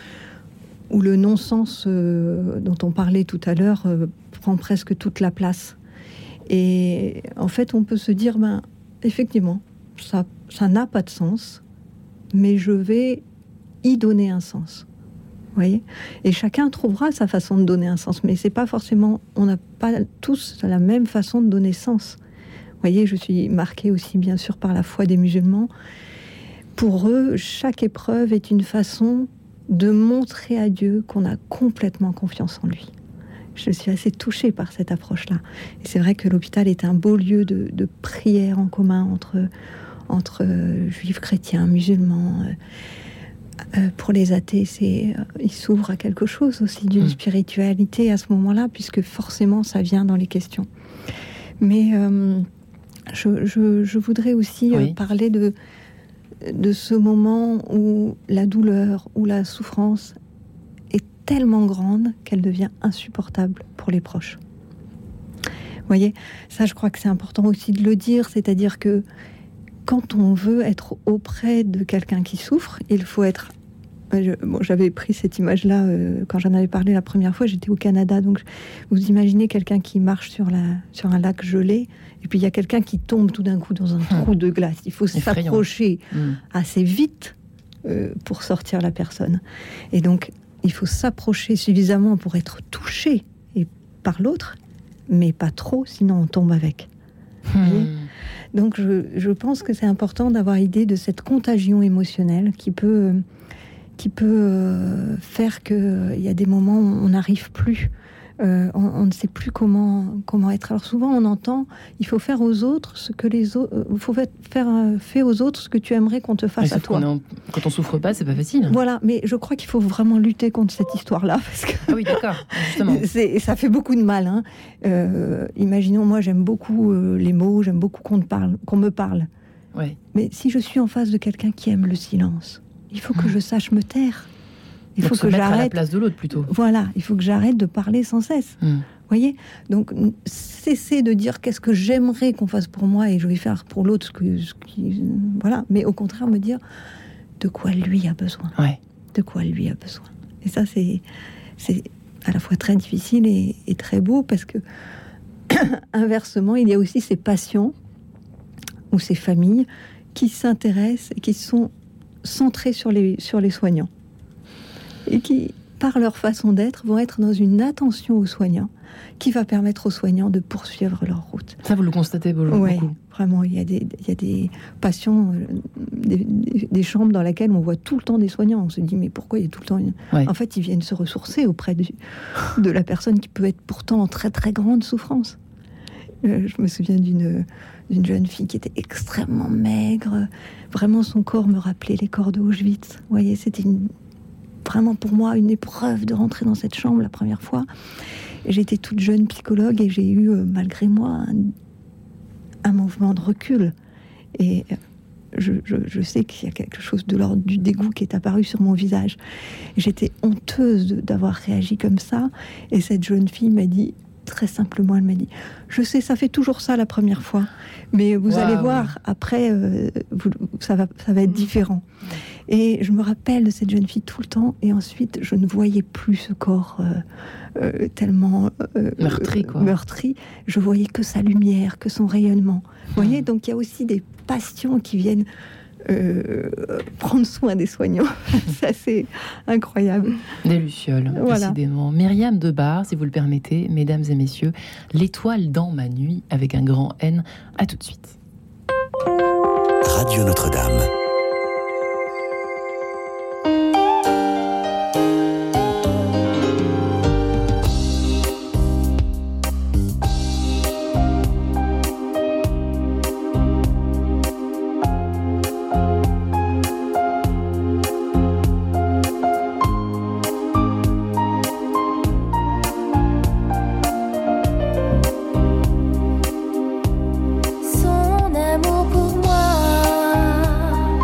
le non-sens dont on parlait tout à l'heure prend presque toute la place. Et en fait, on peut se dire, effectivement, ça n'a pas de sens, mais je vais y donner un sens. Vous voyez ? Et chacun trouvera sa façon de donner un sens, mais c'est pas forcément... On n'a pas tous la même façon de donner sens. Vous voyez, je suis marquée aussi, bien sûr, par la foi des musulmans. Pour eux, chaque épreuve est une façon de montrer à Dieu qu'on a complètement confiance en lui. Je suis assez touchée par cette approche-là. Et c'est vrai que l'hôpital est un beau lieu de prière en commun entre juifs, chrétiens, musulmans. Pour les athées, ils s'ouvrent à quelque chose aussi d'une spiritualité à ce moment-là, puisque forcément, ça vient dans les questions. Mais... Je voudrais aussi parler de ce moment où la douleur, où la souffrance est tellement grande qu'elle devient insupportable pour les proches. Vous voyez, ça je crois que c'est important aussi de le dire, c'est-à-dire que quand on veut être auprès de quelqu'un qui souffre, il faut être... j'avais pris cette image-là quand j'en avais parlé la première fois, j'étais au Canada, donc vous imaginez quelqu'un qui marche sur un lac gelé, et puis il y a quelqu'un qui tombe tout d'un coup dans un trou de glace. Il faut s'approcher assez vite pour sortir la personne. Et donc, il faut s'approcher suffisamment pour être touché par l'autre, mais pas trop, sinon on tombe avec. Donc je pense que c'est important d'avoir idée de cette contagion émotionnelle qui peut faire qu'il y a des moments où on n'arrive plus, on ne sait plus comment être. Alors souvent on entend, il faut faire aux autres ce que les autres, il faut faire aux autres ce que tu aimerais qu'on te fasse à toi. Quand on souffre pas, c'est pas facile. Voilà, mais je crois qu'il faut vraiment lutter contre cette histoire-là, parce que ah oui, d'accord, justement. Ça fait beaucoup de mal. Hein. Imaginons, moi j'aime beaucoup les mots, j'aime beaucoup qu'on me parle. Ouais. Mais si je suis en face de quelqu'un qui aime le silence, il faut que je sache me taire. Il faut que j'arrête à la place de l'autre plutôt. Voilà, il faut que j'arrête de parler sans cesse. Voyez, donc cesser de dire qu'est-ce que j'aimerais qu'on fasse pour moi et je vais faire pour l'autre voilà. Mais au contraire me dire de quoi lui a besoin. Ouais. De quoi lui a besoin. Et ça c'est à la fois très difficile et très beau, parce que inversement il y a aussi ces patients ou ces familles qui s'intéressent et qui sont centrés sur les soignants et qui, par leur façon d'être, vont être dans une attention aux soignants qui va permettre aux soignants de poursuivre leur route. Ça, vous le constatez beaucoup. Oui, vraiment. Il y a des patients, des chambres dans lesquelles on voit tout le temps des soignants. On se dit, mais pourquoi il y a tout le temps... En fait, ils viennent se ressourcer auprès de la personne qui peut être pourtant en très très grande souffrance. Je me souviens d'une jeune fille qui était extrêmement maigre. Vraiment, son corps me rappelait les corps de Auschwitz. Vous voyez, c'était vraiment pour moi une épreuve de rentrer dans cette chambre la première fois. J'étais toute jeune psychologue et j'ai eu, malgré moi, un mouvement de recul. Et je sais qu'il y a quelque chose de l'ordre du dégoût qui est apparu sur mon visage. J'étais honteuse d'avoir réagi comme ça. Et cette jeune fille m'a dit... Très simplement, elle m'a dit, je sais, ça fait toujours ça la première fois, mais vous allez voir, après, ça va être différent. Et je me rappelle de cette jeune fille tout le temps, et ensuite, je ne voyais plus ce corps tellement meurtri. Je voyais que sa lumière, que son rayonnement. Vous voyez, donc il y a aussi des patients qui viennent prendre soin des soignants. Ça, c'est incroyable. Des lucioles, décidément. Myriam Debar, si vous le permettez, mesdames et messieurs, l'étoile dans ma nuit, avec un grand N. À tout de suite. Radio Notre-Dame. Son amour pour moi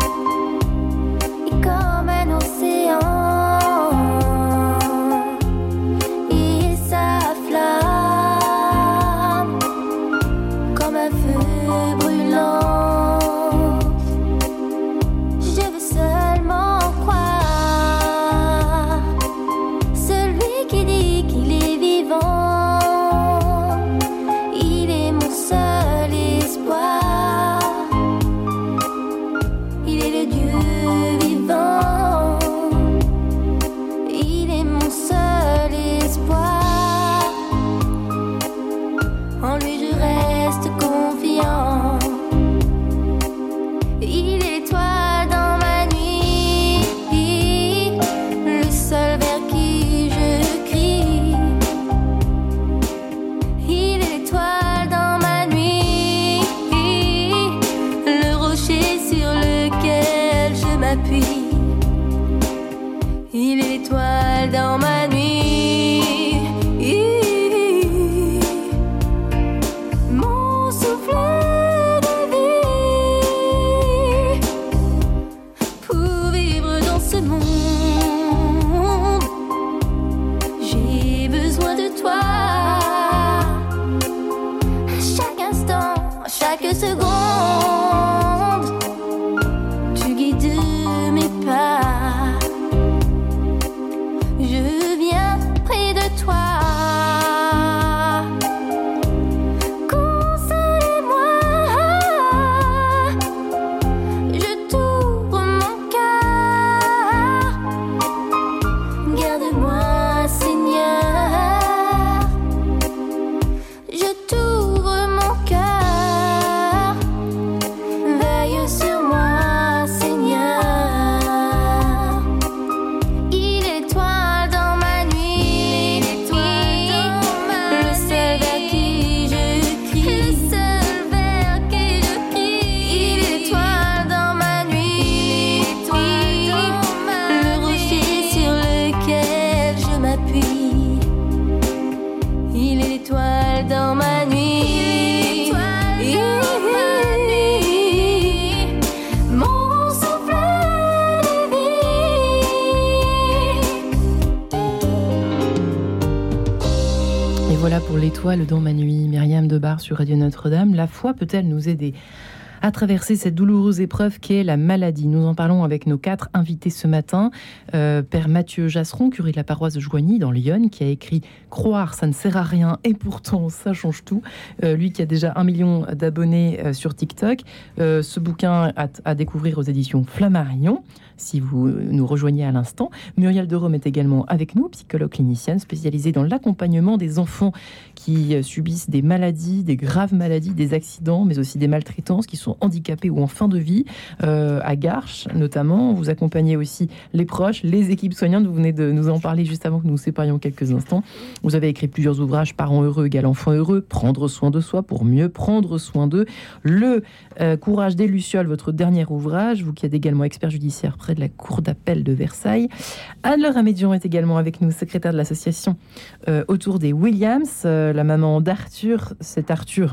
dans ma nuit. Mon souffle de vie. Et voilà pour l'étoile dans ma nuit. Myriam Debar sur Radio Notre-Dame. La foi peut-elle nous aider à traverser cette douloureuse épreuve qu'est la maladie? Nous en parlons avec nos 4 invités ce matin. Père Mathieu Jasseron, curé de la paroisse de Joigny dans l'Yonne, qui a écrit « Croire, ça ne sert à rien et pourtant ça change tout ». Lui qui a déjà 1 million d'abonnés sur TikTok. Ce bouquin à découvrir aux éditions Flammarion, si vous nous rejoignez à l'instant. Muriel Derome est également avec nous, psychologue clinicienne spécialisée dans l'accompagnement des enfants qui subissent des maladies, des graves maladies, des accidents, mais aussi des maltraitances, qui sont handicapés ou en fin de vie, à Garches notamment. Vous accompagnez aussi les proches, les équipes soignantes. Vous venez de nous en parler juste avant que nous nous séparions quelques instants. Vous avez écrit plusieurs ouvrages, Parents heureux égale enfants heureux, Prendre soin de soi pour mieux prendre soin d'eux, Le courage des Lucioles, votre dernier ouvrage, vous qui êtes également expert judiciaire près de la Cour d'appel de Versailles. Anne-Laure Amédion est également avec nous, secrétaire de l'association autour des Williams, la maman d'Arthur. C'est Arthur,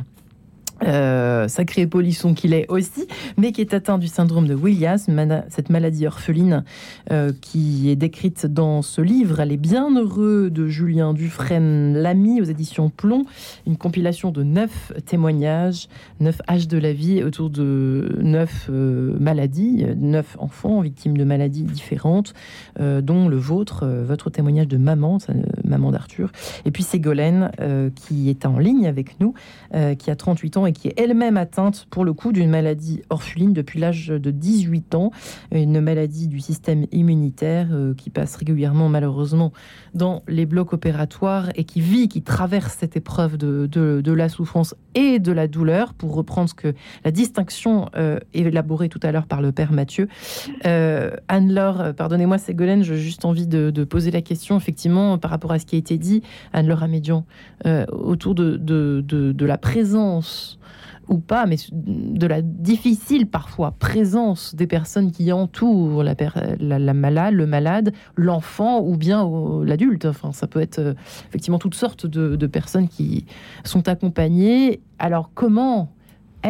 sacré polisson qu'il est aussi, mais qui est atteint du syndrome de Williams, cette maladie orpheline qui est décrite dans ce livre. Elle est bien heureux de Julien Dufresne-Lamy aux éditions Plomb, une compilation de 9 témoignages, 9 âges de la vie autour de 9 maladies, 9 enfants victimes de maladies différentes, dont le vôtre, votre témoignage de maman d'Arthur. Et puis Ségolène qui est en ligne avec nous, qui a 38 ans et qui est elle-même atteinte, pour le coup, d'une maladie orpheline depuis l'âge de 18 ans, une maladie du système immunitaire qui passe régulièrement, malheureusement, dans les blocs opératoires et qui traverse cette épreuve de la souffrance et de la douleur, pour reprendre la distinction élaborée tout à l'heure par le Père Mathieu. Anne-Laure, pardonnez-moi Ségolène, j'ai juste envie de poser la question, effectivement, par rapport à ce qui a été dit, Anne-Laure Amédian, autour de la présence ou pas, mais de la difficile parfois présence des personnes qui entourent la malade, le malade, l'enfant ou bien l'adulte. Enfin, ça peut être effectivement toutes sortes de personnes qui sont accompagnées. Alors, comment être ?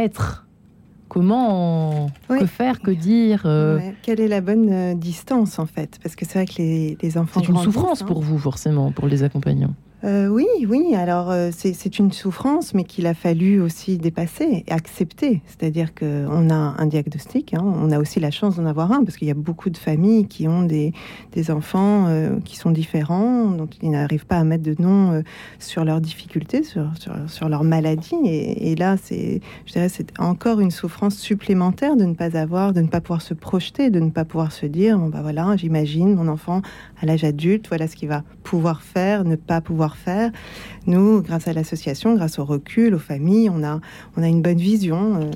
Que faire, que dire Quelle est la bonne distance, en fait? Parce que c'est vrai que les enfants... C'est une souffrance pour vous, forcément, pour les accompagnants. Oui. Alors, c'est une souffrance, mais qu'il a fallu aussi dépasser et accepter. C'est-à-dire qu'on a un diagnostic, on a aussi la chance d'en avoir un, parce qu'il y a beaucoup de familles qui ont des enfants qui sont différents, dont ils n'arrivent pas à mettre de nom sur leurs difficultés, sur leur maladie. Et là, je dirais, c'est encore une souffrance supplémentaire de ne pas pouvoir se projeter, de ne pas pouvoir se dire, bon, bah voilà, j'imagine mon enfant à l'âge adulte, voilà ce qu'il va pouvoir faire, ne pas pouvoir faire. Nous, grâce à l'association, grâce au recul, aux familles, on a une bonne vision.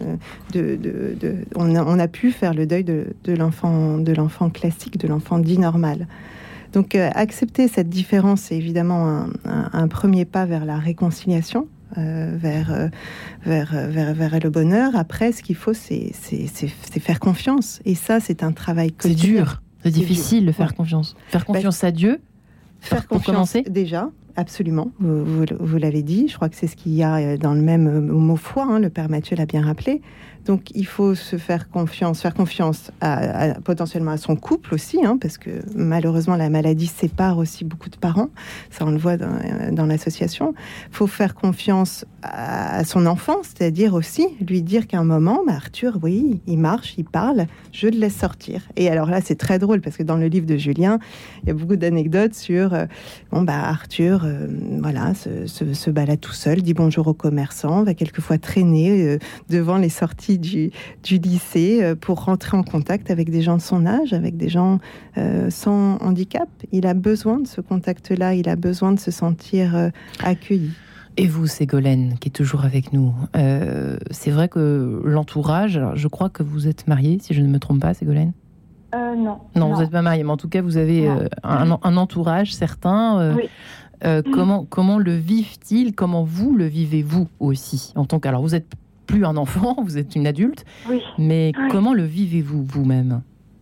On a pu faire le deuil de l'enfant classique, de l'enfant dit normal. Donc, accepter cette différence, c'est évidemment un premier pas vers la réconciliation, vers le bonheur. Après, ce qu'il faut, c'est faire confiance. Et ça, c'est un travail quotidien. C'est dur, c'est difficile de faire confiance. Faire confiance à Dieu. Faire confiance déjà, absolument, vous l'avez dit, je crois que c'est ce qu'il y a dans le même mot foi, le Père Mathieu l'a bien rappelé. Donc il faut se faire confiance potentiellement à son couple aussi, parce que malheureusement la maladie sépare aussi beaucoup de parents, ça on le voit dans l'association. Il faut faire confiance à son enfant, c'est-à-dire aussi lui dire qu'à un moment, Arthur, oui, il marche, il parle, je le laisse sortir. Et alors là c'est très drôle, parce que dans le livre de Julien, il y a beaucoup d'anecdotes sur Arthur se balade tout seul, dit bonjour aux commerçants, va quelquefois traîner devant les sorties du lycée pour rentrer en contact avec des gens de son âge, avec des gens sans handicap. Il a besoin de ce contact-là, il a besoin de se sentir accueilli. Et vous, Ségolène, qui est toujours avec nous, c'est vrai que l'entourage, alors je crois que vous êtes mariée, si je ne me trompe pas, Ségolène? Non, vous n'êtes pas mariée, mais en tout cas, vous avez un entourage certain. Oui. Comment le vivent-ils? Comment vous le vivez-vous aussi en tant que... Alors, vous êtes plus un enfant, vous êtes une adulte, mais comment le vivez-vous vous-même?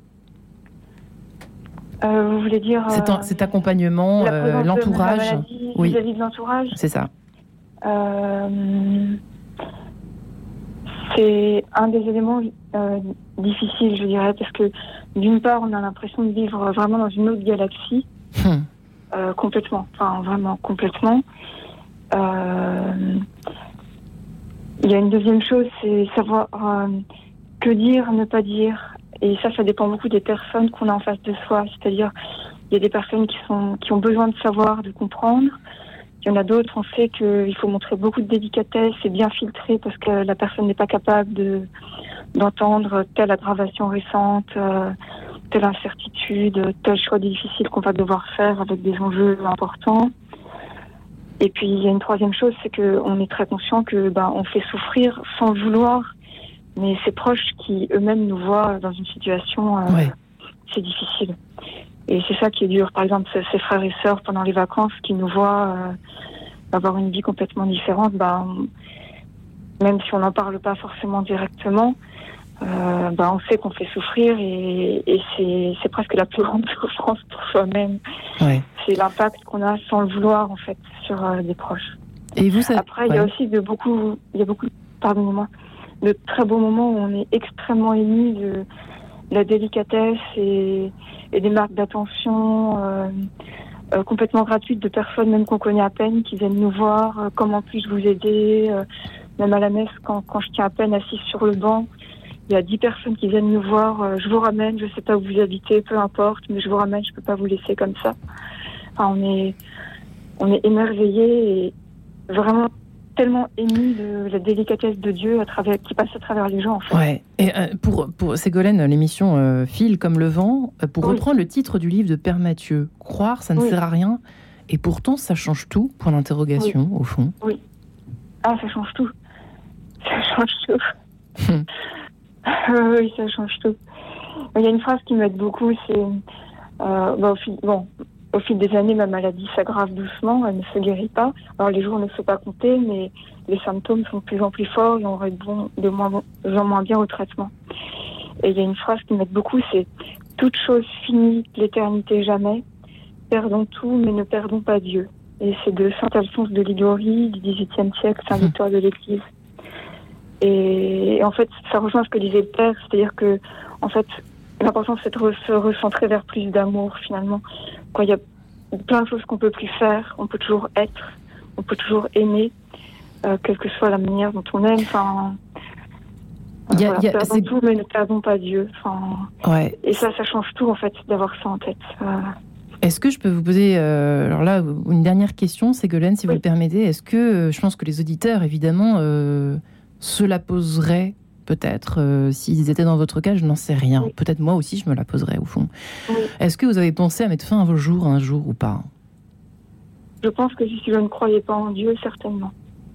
Vous voulez dire cet accompagnement, l'entourage, vis-à-vis de l'entourage? C'est ça. C'est un des éléments difficiles, je dirais, parce que d'une part, on a l'impression de vivre vraiment dans une autre galaxie, complètement, enfin vraiment complètement. Il y a une deuxième chose, c'est savoir que dire, ne pas dire. Et ça dépend beaucoup des personnes qu'on a en face de soi. C'est-à-dire, il y a des personnes qui ont besoin de savoir, de comprendre. Il y en a d'autres, on sait qu'il faut montrer beaucoup de délicatesse et bien filtrer parce que la personne n'est pas capable d'entendre telle aggravation récente, telle incertitude, tel choix difficile qu'on va devoir faire avec des enjeux importants. Et puis, il y a une troisième chose, c'est qu'on est très conscient que on fait souffrir sans le vouloir, mais ses proches qui eux-mêmes nous voient dans une situation, c'est difficile. Et c'est ça qui est dur. Par exemple, ses frères et sœurs pendant les vacances qui nous voient avoir une vie complètement différente, même si on n'en parle pas forcément directement, on sait qu'on fait souffrir et c'est presque la plus grande souffrance pour soi-même. Ouais. C'est l'impact qu'on a sans le vouloir en fait sur des proches. Et vous, Après, il y a aussi beaucoup, pardonnez-moi, de très beaux moments où on est extrêmement ému de la délicatesse et des marques d'attention complètement gratuites de personnes même qu'on connaît à peine qui viennent nous voir, comment puis-je vous aider, même à la messe quand je tiens à peine assise sur le banc, il y a 10 personnes qui viennent nous voir, je vous ramène, je sais pas où vous habitez, peu importe, mais je vous ramène, je peux pas vous laisser comme ça. Enfin, on est émerveillés et vraiment tellement ému de la délicatesse de Dieu qui passe à travers les gens, en fait. Ouais. Et pour Ségolène, l'émission file comme le vent. Pour reprendre le titre du livre de Père Mathieu, croire, ça ne sert à rien, et pourtant ça change tout, point d'interrogation, au fond. Oui. Ah, ça change tout. Ça change tout. Oui, ça change tout. Il y a une phrase qui m'aide beaucoup, c'est au fil des années, ma maladie s'aggrave doucement, elle ne se guérit pas. Alors les jours ne sont pas comptés, mais les symptômes sont de plus en plus forts et on répond de moins en moins bien au traitement. Et il y a une phrase qui m'aide beaucoup, c'est « Toute chose finie, l'éternité jamais. Perdons tout, mais ne perdons pas Dieu. » Et c'est de saint Alphonse de Liguori, du XVIIIe siècle, saint Victoire de l'Église. Et en fait, ça rejoint ce que disait le père, c'est-à-dire que, en fait, l'important c'est de se recentrer vers plus d'amour finalement. Quand il y a plein de choses qu'on peut plus faire, on peut toujours être, on peut toujours aimer, quelle que soit la manière dont on aime. Enfin, perdons tout, mais ne perdons pas Dieu. Enfin, et ça change tout en fait d'avoir ça en tête. Est-ce que je peux vous poser, alors là, une dernière question, Ségolène, si vous le permettez. Est-ce que, je pense que les auditeurs, évidemment, se la poseraient peut-être, s'ils étaient dans votre cas, je n'en sais rien. Oui. Peut-être moi aussi, je me la poserais, au fond. Oui. Est-ce que vous avez pensé à mettre fin à vos jours un jour ou pas ? Je pense que si je ne croyais pas en Dieu, certainement.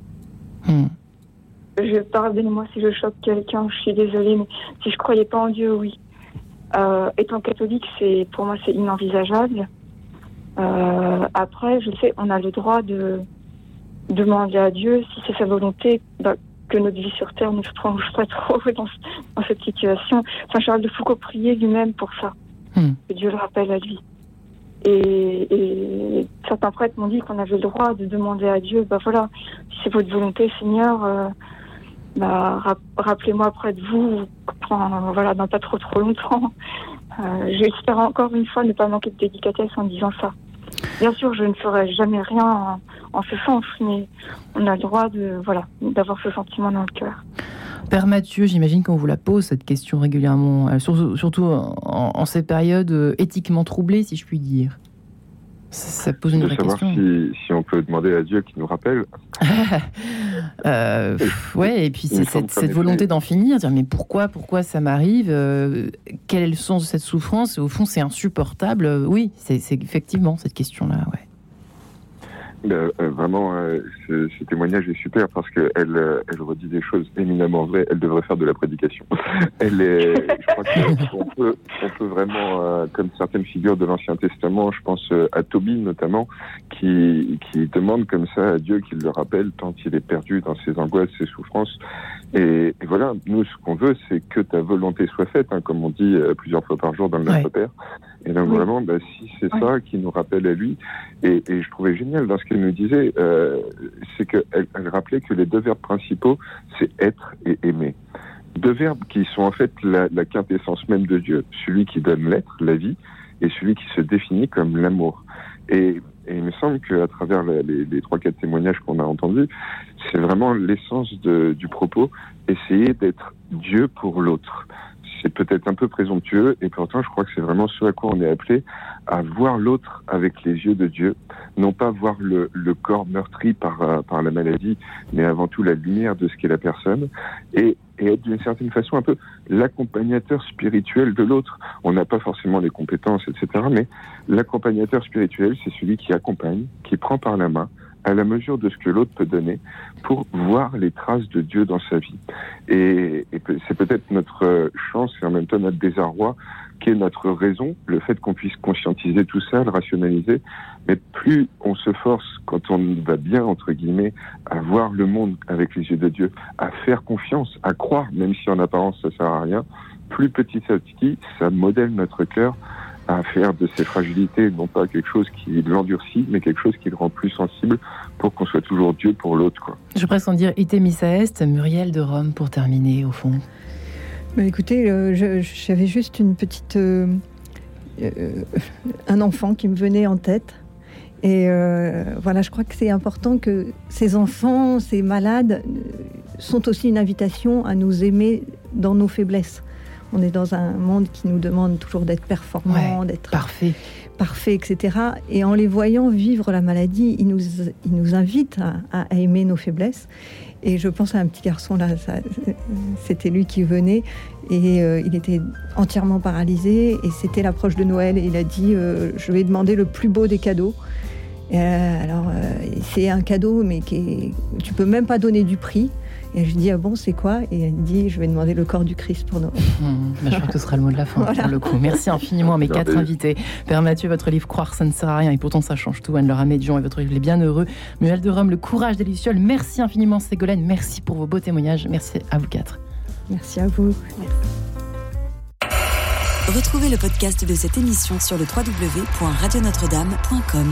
Pardonnez-moi si je choque quelqu'un, je suis désolée, mais si je ne croyais pas en Dieu, oui. Étant catholique, pour moi, c'est inenvisageable. Après, je sais, on a le droit de demander à Dieu, si c'est sa volonté, que notre vie sur Terre ne se prolonge pas trop dans cette situation. Saint Charles de Foucault priait lui-même pour ça, que Dieu le rappelle à lui. Et certains prêtres m'ont dit qu'on avait le droit de demander à Dieu, voilà, si c'est votre volonté, Seigneur, rappelez-moi près de vous, dans pas trop longtemps. J'espère encore une fois ne pas manquer de délicatesse en disant ça. Bien sûr, je ne ferai jamais rien en ce sens, mais on a le droit d'avoir ce sentiment dans le cœur. Père Mathieu, j'imagine qu'on vous la pose, cette question régulièrement, surtout en ces périodes éthiquement troublées, si je puis dire. Ça pose une vraie question. Savoir si on peut demander à Dieu qu'il nous rappelle. Et puis c'est cette volonté d'en finir, dire mais pourquoi ça m'arrive, quel est le sens de cette souffrance, et au fond c'est insupportable. Oui, c'est effectivement cette question-là, Vraiment, ce témoignage est super parce qu'elle redit des choses éminemment vraies. Elle devrait faire de la prédication. Je crois qu'on peut vraiment, comme certaines figures de l'Ancien Testament, je pense à Tobie notamment, qui demande comme ça à Dieu qu'il le rappelle tant il est perdu dans ses angoisses, ses souffrances. Et voilà, nous, ce qu'on veut, c'est que ta volonté soit faite, comme on dit plusieurs fois par jour dans le Notre Père. Et donc vraiment, si c'est ça qui nous rappelle à lui, et je trouvais génial dans ce qu'elle nous disait, c'est qu'elle rappelait que les deux verbes principaux, c'est être et aimer. Deux verbes qui sont en fait la quintessence même de Dieu. Celui qui donne l'être, la vie, et celui qui se définit comme l'amour. Et il me semble qu'à travers les 3-4 témoignages qu'on a entendus, c'est vraiment l'essence du propos, essayer d'être Dieu pour l'autre. C'est peut-être un peu présomptueux, et pourtant je crois que c'est vraiment ce à quoi on est appelé, à voir l'autre avec les yeux de Dieu, non pas voir le corps meurtri par la maladie, mais avant tout la lumière de ce qu'est la personne, et être d'une certaine façon un peu l'accompagnateur spirituel de l'autre. On n'a pas forcément les compétences, etc., mais l'accompagnateur spirituel, c'est celui qui accompagne, qui prend par la main, à la mesure de ce que l'autre peut donner, pour voir les traces de Dieu dans sa vie. Et c'est peut-être notre chance et en même temps notre désarroi, qui est notre raison, le fait qu'on puisse conscientiser tout ça, le rationaliser. Mais plus on se force, quand on va bien, entre guillemets, à voir le monde avec les yeux de Dieu, à faire confiance, à croire, même si en apparence ça sert à rien, plus petit à petit, ça modèle notre cœur à faire de ses fragilités, non pas quelque chose qui l'endurcit, mais quelque chose qui le rend plus sensible pour qu'on soit toujours Dieu pour l'autre, quoi. Je vais presque en dire ite missa est, Muriel de Rome, pour terminer, au fond. Écoutez, j'avais juste une petite... un enfant qui me venait en tête. Et voilà, je crois que c'est important que ces enfants, ces malades, sont aussi une invitation à nous aimer dans nos faiblesses. On est dans un monde qui nous demande toujours d'être performant, d'être parfait, etc. Et en les voyant vivre la maladie, ils nous invitent à aimer nos faiblesses. Et je pense à un petit garçon, là, c'était lui qui venait, et il était entièrement paralysé, et c'était l'approche de Noël, et il a dit je vais demander le plus beau des cadeaux. C'est un cadeau, mais tu peux même pas donner du prix. Et je lui dis, ah bon, c'est quoi? Et elle me dit, je vais demander le corps du Christ pour Noël. Je crois que ce sera le mot de la fin, pour le coup. Merci infiniment à mes 4 invités. Père Mathieu, votre livre Croire, ça ne sert à rien, et pourtant ça change tout. Anne-Laure Médion et votre livre Les Bienheureux. Muriel de Rome, Le courage des Lucioles. Merci infiniment, Ségolène. Merci pour vos beaux témoignages. Merci à vous 4. Merci à vous. Retrouvez le podcast de cette émission sur le www.radionotre-dame.com.